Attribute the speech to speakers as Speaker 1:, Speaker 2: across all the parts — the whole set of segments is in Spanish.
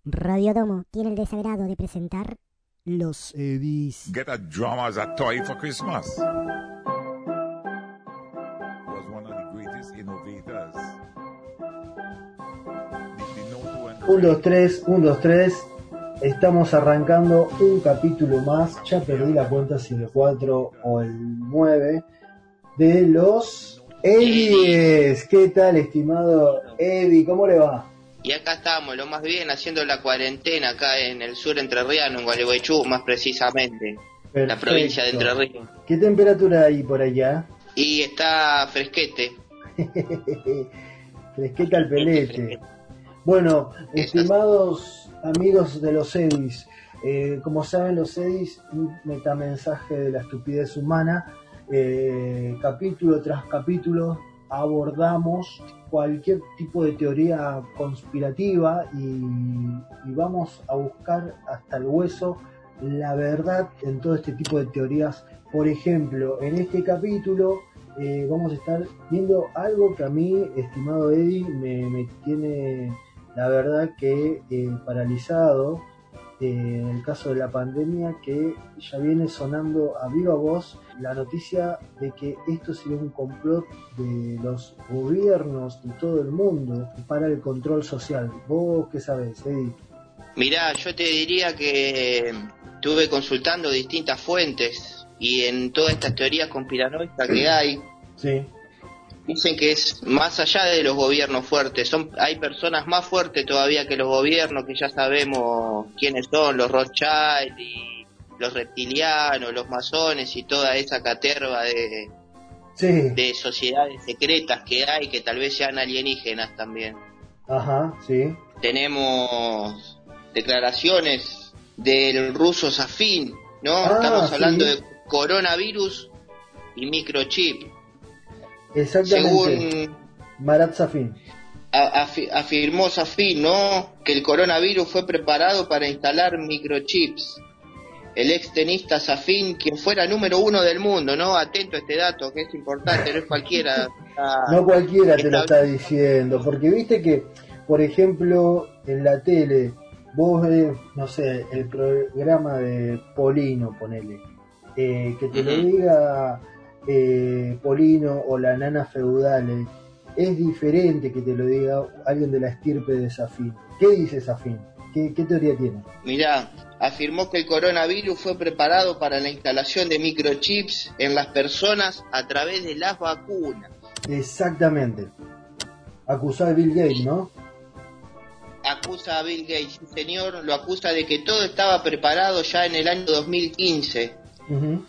Speaker 1: Radiodomo tiene el desagrado de presentar Los Edis.
Speaker 2: Get a drum as a toy for Christmas. Was one of the greatest innovators. The note one-
Speaker 3: 1, 2, 3, 1, 2, 3. Estamos arrancando un capítulo más. Ya perdí la cuenta si el 4 o el 9 de los Edis. ¿Qué tal, estimado Edi? ¿Cómo le va?
Speaker 4: Y acá estamos, lo más bien, haciendo la cuarentena acá en el sur entrerriano, en Gualeguaychú, más precisamente, la
Speaker 3: Perfecto.
Speaker 4: provincia de Entre Ríos.
Speaker 3: ¿Qué temperatura hay por allá?
Speaker 4: Y está fresquete.
Speaker 3: Fresqueta al pelete. Bueno, estimados amigos de los Edis, como saben, los Edis, un metamensaje de la estupidez humana. Capítulo tras capítulo abordamos cualquier tipo de teoría conspirativa y vamos a buscar hasta el hueso la verdad en todo este tipo de teorías. Por ejemplo, en este capítulo vamos a estar viendo algo que a mí, estimado Eddie, me tiene, la verdad, que paralizado. En el caso de la pandemia, que ya viene sonando a viva voz la noticia de que esto sería un complot de los gobiernos de todo el mundo para el control social. ¿Vos qué sabés, Eddie?
Speaker 4: Mirá, yo te diría que estuve consultando distintas fuentes y en todas estas teorías conspiranoicas que hay,
Speaker 3: Sí.
Speaker 4: dicen que es más allá de los gobiernos fuertes, hay personas más fuertes todavía que los gobiernos, que ya sabemos quiénes son, los Rothschild y los reptilianos, los masones y toda esa caterva
Speaker 3: Sí.
Speaker 4: de sociedades secretas que hay, que tal vez sean alienígenas también.
Speaker 3: Ajá, sí.
Speaker 4: Tenemos declaraciones del ruso Safin, ¿no?
Speaker 3: Ah,
Speaker 4: Estamos hablando
Speaker 3: sí.
Speaker 4: de coronavirus y microchip.
Speaker 3: Exactamente.
Speaker 4: Según
Speaker 3: Marat Safin.
Speaker 4: afirmó Safin, ¿no?, que el coronavirus fue preparado para instalar microchips. El ex tenista Safin, quien fuera número 1 del mundo, ¿no? Atento a este dato, que es importante, no es cualquiera.
Speaker 3: No cualquiera te lo
Speaker 4: está-
Speaker 3: está diciendo, porque viste que, por ejemplo, en la tele, vos ves, no sé, el programa de Polino, ponele, que te lo
Speaker 4: Ujú.
Speaker 3: diga Polino o la nana feudal, es diferente que te lo diga alguien de la estirpe de Safin. ¿Qué dice Safin? ¿Qué teoría tiene?
Speaker 4: Mirá, afirmó que el coronavirus fue preparado para la instalación de microchips en las personas a través de las vacunas.
Speaker 3: Exactamente. Acusó a Bill Gates, ¿no?
Speaker 4: Acusa a Bill Gates, sí, señor, lo acusa de que todo estaba preparado ya en el año 2015.
Speaker 3: Ujú.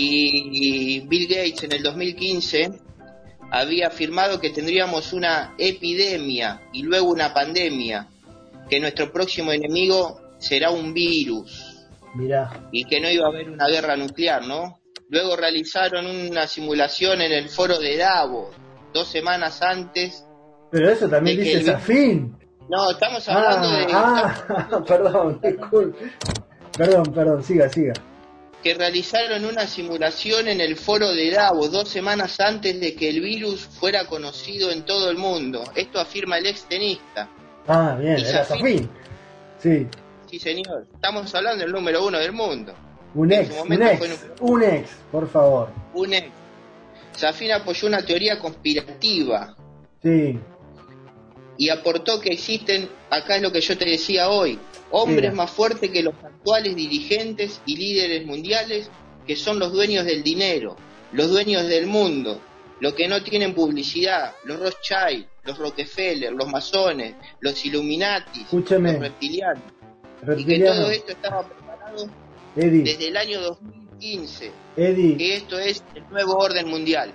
Speaker 4: Y Bill Gates en el 2015 había afirmado que tendríamos una epidemia y luego una pandemia, que nuestro próximo enemigo será un virus
Speaker 3: Mirá.
Speaker 4: y que no iba a haber una guerra nuclear, ¿no? Luego realizaron una simulación en el foro de Davos, 2 semanas antes
Speaker 3: Pero eso también
Speaker 4: de que
Speaker 3: dice
Speaker 4: el
Speaker 3: Safin.
Speaker 4: No, estamos hablando
Speaker 3: Perdón, disculpe. Perdón, siga.
Speaker 4: que realizaron una simulación en el foro de Davos 2 semanas antes de que el virus fuera conocido en todo el mundo. Esto afirma el ex tenista.
Speaker 3: Ah, bien,
Speaker 4: Y
Speaker 3: era
Speaker 4: Safin.
Speaker 3: Safin. Sí,
Speaker 4: Sí, señor. Estamos hablando del número 1 del mundo.
Speaker 3: un
Speaker 4: En
Speaker 3: ex,
Speaker 4: su momento
Speaker 3: un ex, por favor.
Speaker 4: un ex. Safin apoyó una teoría conspirativa
Speaker 3: Sí,
Speaker 4: y aportó que existen, acá es lo que yo te decía hoy, hombres
Speaker 3: Mira.
Speaker 4: más fuertes que los actuales dirigentes y líderes mundiales, que son los dueños del dinero, los dueños del mundo, los que no tienen publicidad, los Rothschild, los Rockefeller, los masones, los Illuminati,
Speaker 3: Escúchame.
Speaker 4: los reptilianos, y que
Speaker 3: reptiliano.
Speaker 4: todo esto estaba preparado
Speaker 3: Eddie,
Speaker 4: desde el año 2015,
Speaker 3: Eddie,
Speaker 4: que esto es el nuevo orden mundial.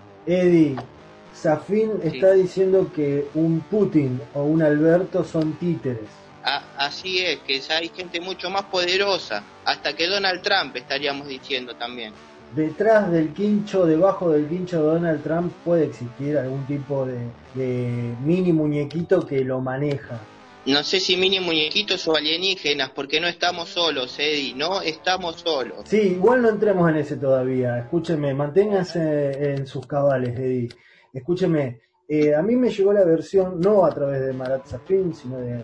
Speaker 3: Safin está diciendo que un Putin o un Alberto son títeres.
Speaker 4: Así es, que hay gente mucho más poderosa, hasta que Donald Trump estaríamos diciendo también.
Speaker 3: Detrás del quincho, debajo del quincho de Donald Trump puede existir algún tipo de mini muñequito que lo maneja.
Speaker 4: No sé si mini muñequitos o alienígenas, porque no estamos solos, Eddie, no estamos solos.
Speaker 3: Sí, igual no entremos en ese todavía. Escúcheme, manténganse en sus cabales, Eddie. Escúcheme, a mí me llegó la versión, no a través de Marat Safin, sino de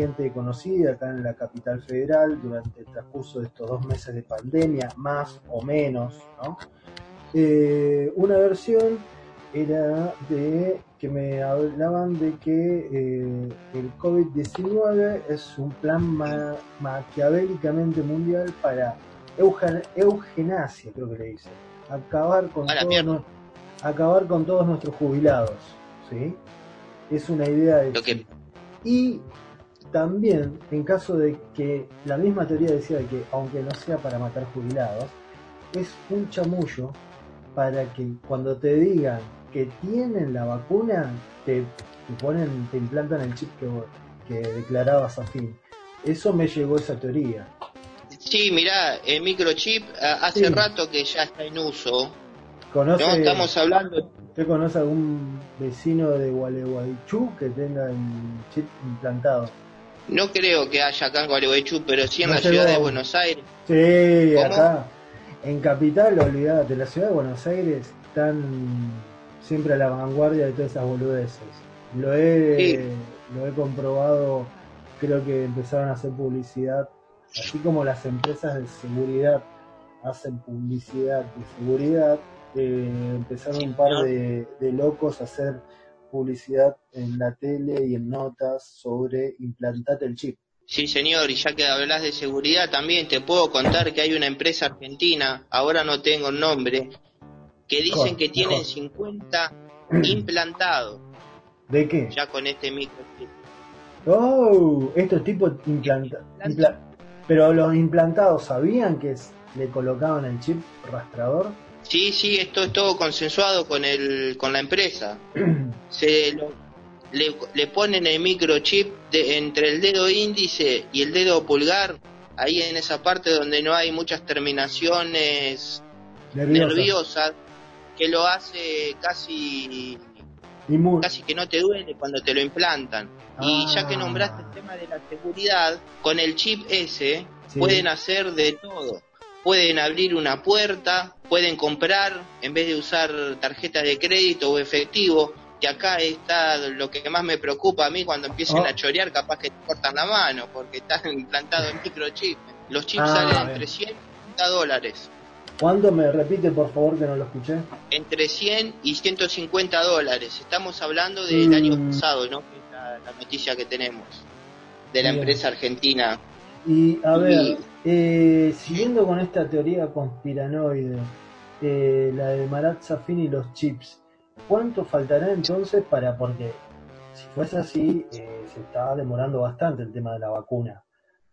Speaker 3: gente conocida acá en la capital federal durante el transcurso de estos 2 meses de pandemia, más o menos, ¿no? Una versión era de que me hablaban de que el COVID-19 es un plan maquiavélicamente mundial para eugenasia, creo que le dice, acabar con todos nuestros jubilados, ¿sí? Es una idea de... Y también, en caso de que la misma teoría decía de que, aunque no sea para matar jubilados, es un chamullo para que cuando te digan que tienen la vacuna, te implantan el chip que declarabas afín. Eso me llegó esa teoría.
Speaker 4: Sí, mirá, el microchip hace rato que ya está en uso. No estamos hablando...
Speaker 3: ¿Usted conoce algún vecino de Gualeguaychú que tenga el chip implantado?
Speaker 4: No creo que haya acá en Gualeguaychú, pero sí en la ciudad de Buenos Aires.
Speaker 3: Sí, ¿cómo? Acá en Capital, olvídate, la ciudad de Buenos Aires están siempre a la vanguardia de todas esas boludeces. Lo he comprobado, creo que empezaron a hacer publicidad, así como las empresas de seguridad hacen publicidad de seguridad, empezaron un par de locos a hacer publicidad en la tele y en notas sobre implantate el chip.
Speaker 4: Sí, señor, y ya que hablas de seguridad también te puedo contar que hay una empresa argentina, ahora no tengo el nombre, que dicen que tienen 50 implantados.
Speaker 3: ¿De qué?
Speaker 4: Ya con este microchip.
Speaker 3: Oh, estos tipos pero los implantados ¿sabían que le colocaban el chip rastreador?
Speaker 4: Sí, esto es todo consensuado con la empresa. Le ponen el microchip entre el dedo índice y el dedo pulgar, ahí en esa parte donde no hay muchas terminaciones nerviosas, que lo hace casi que no te duele cuando te lo implantan. Y ya que nombraste el tema de la seguridad, con el chip ese pueden hacer de todo. Pueden abrir una puerta, pueden comprar, en vez de usar tarjeta de crédito o efectivo, que acá está lo que más me preocupa a mí cuando empiecen a chorear, capaz que te cortan la mano, porque están implantados en microchip. Los chips salen entre $100 y $150.
Speaker 3: ¿Cuándo? Me repite, por favor, que no lo escuché.
Speaker 4: Entre $100 y $150. Estamos hablando del año pasado, ¿no? Que es la noticia que tenemos de la empresa argentina.
Speaker 3: Y a ver, siguiendo con esta teoría conspiranoide, la de Marat Safin y los chips, ¿cuánto faltará entonces porque si fuese así, se está demorando bastante el tema de la vacuna?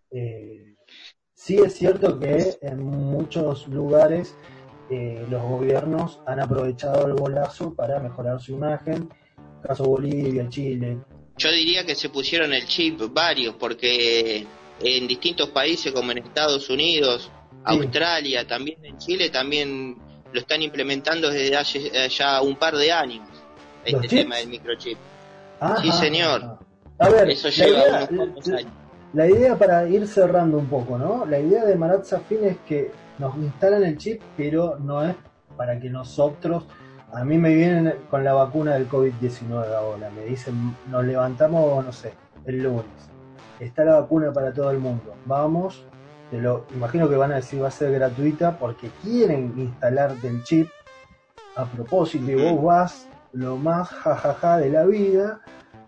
Speaker 3: Sí es cierto que en muchos lugares los gobiernos han aprovechado el golazo para mejorar su imagen, caso Bolivia, Chile.
Speaker 4: Yo diría que se pusieron el chip varios, porque en distintos países como en Estados Unidos, Australia, también en Chile, también lo están implementando desde hace ya un par de años, este tema del microchip. Sí, señor.
Speaker 3: A ver,
Speaker 4: eso lleva unos cuantos años.
Speaker 3: La idea, para ir cerrando un poco, ¿no? La idea de Marat Safin es que nos instalan el chip, pero no es para que nosotros... A mí me vienen con la vacuna del COVID-19 ahora, me dicen, nos levantamos, no sé, el lunes. Está la vacuna para todo el mundo. Vamos, imagino que van a decir va a ser gratuita porque quieren instalarte el chip a propósito y vos vas lo más jajaja de la vida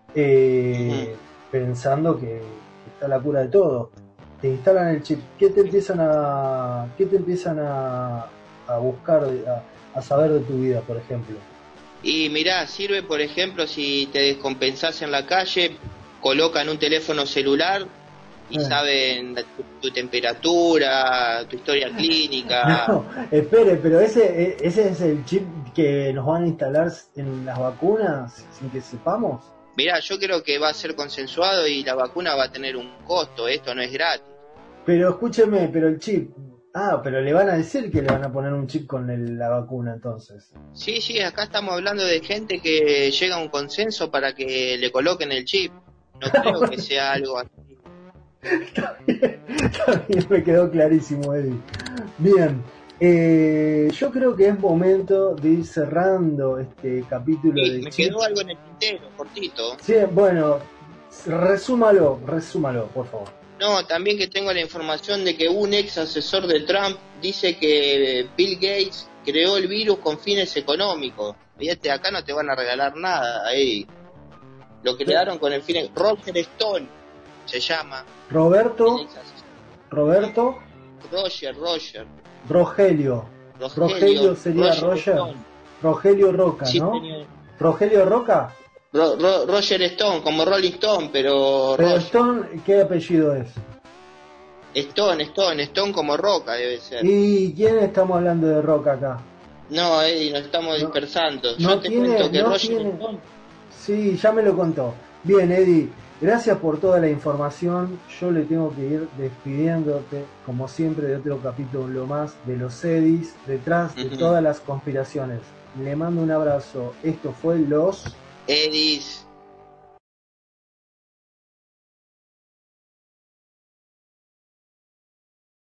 Speaker 3: pensando que está la cura de todo. Te instalan el chip. ¿Qué te empiezan a buscar, a saber de tu vida, por ejemplo?
Speaker 4: Y mirá, sirve, por ejemplo, si te descompensás en la calle, colocan un teléfono celular y saben tu temperatura, tu historia clínica.
Speaker 3: No, espere, pero ese es el chip que nos van a instalar en las vacunas sin que sepamos.
Speaker 4: Mirá, yo creo que va a ser consensuado y la vacuna va a tener un costo, esto no es gratis.
Speaker 3: Pero escúcheme, pero el chip... pero le van a decir que le van a poner un chip con la vacuna entonces.
Speaker 4: Sí, acá estamos hablando de gente que llega a un consenso para que le coloquen el chip. No creo que sea algo así.
Speaker 3: Está bien, me quedó clarísimo, Eddie. Bien, yo creo que es momento de ir cerrando este capítulo de
Speaker 4: me
Speaker 3: chip.
Speaker 4: quedó algo en el tintero, cortito.
Speaker 3: Sí, bueno, Resúmalo, por favor.
Speaker 4: No, también que tengo la información de que un ex asesor de Trump dice que Bill Gates creó el virus con fines económicos. Fíjate, acá no te van a regalar nada, ahí. Lo crearon con el fin. Roger Stone se llama.
Speaker 3: Roberto,
Speaker 4: El ex asesor.
Speaker 3: Roberto,
Speaker 4: Roger.
Speaker 3: Rogelio sería Roger.
Speaker 4: Stone.
Speaker 3: Rogelio Roca,
Speaker 4: Sí,
Speaker 3: ¿no?
Speaker 4: señor.
Speaker 3: Rogelio Roca.
Speaker 4: Roger Stone, como Rolling Stone, pero
Speaker 3: Pero
Speaker 4: Roger.
Speaker 3: Stone, ¿qué apellido es?
Speaker 4: Stone como Roca debe ser.
Speaker 3: ¿Y quién estamos hablando de Roca acá?
Speaker 4: No, Eddie, nos estamos dispersando.
Speaker 3: No
Speaker 4: Yo te cuento que Roger
Speaker 3: tiene.
Speaker 4: Stone.
Speaker 3: Sí, ya me lo contó. Bien, Eddie, gracias por toda la información. Yo le tengo que ir despidiéndote, como siempre, de otro capítulo más de los Edis, detrás de todas las conspiraciones. Le mando un abrazo. Esto fue Los
Speaker 4: Edis.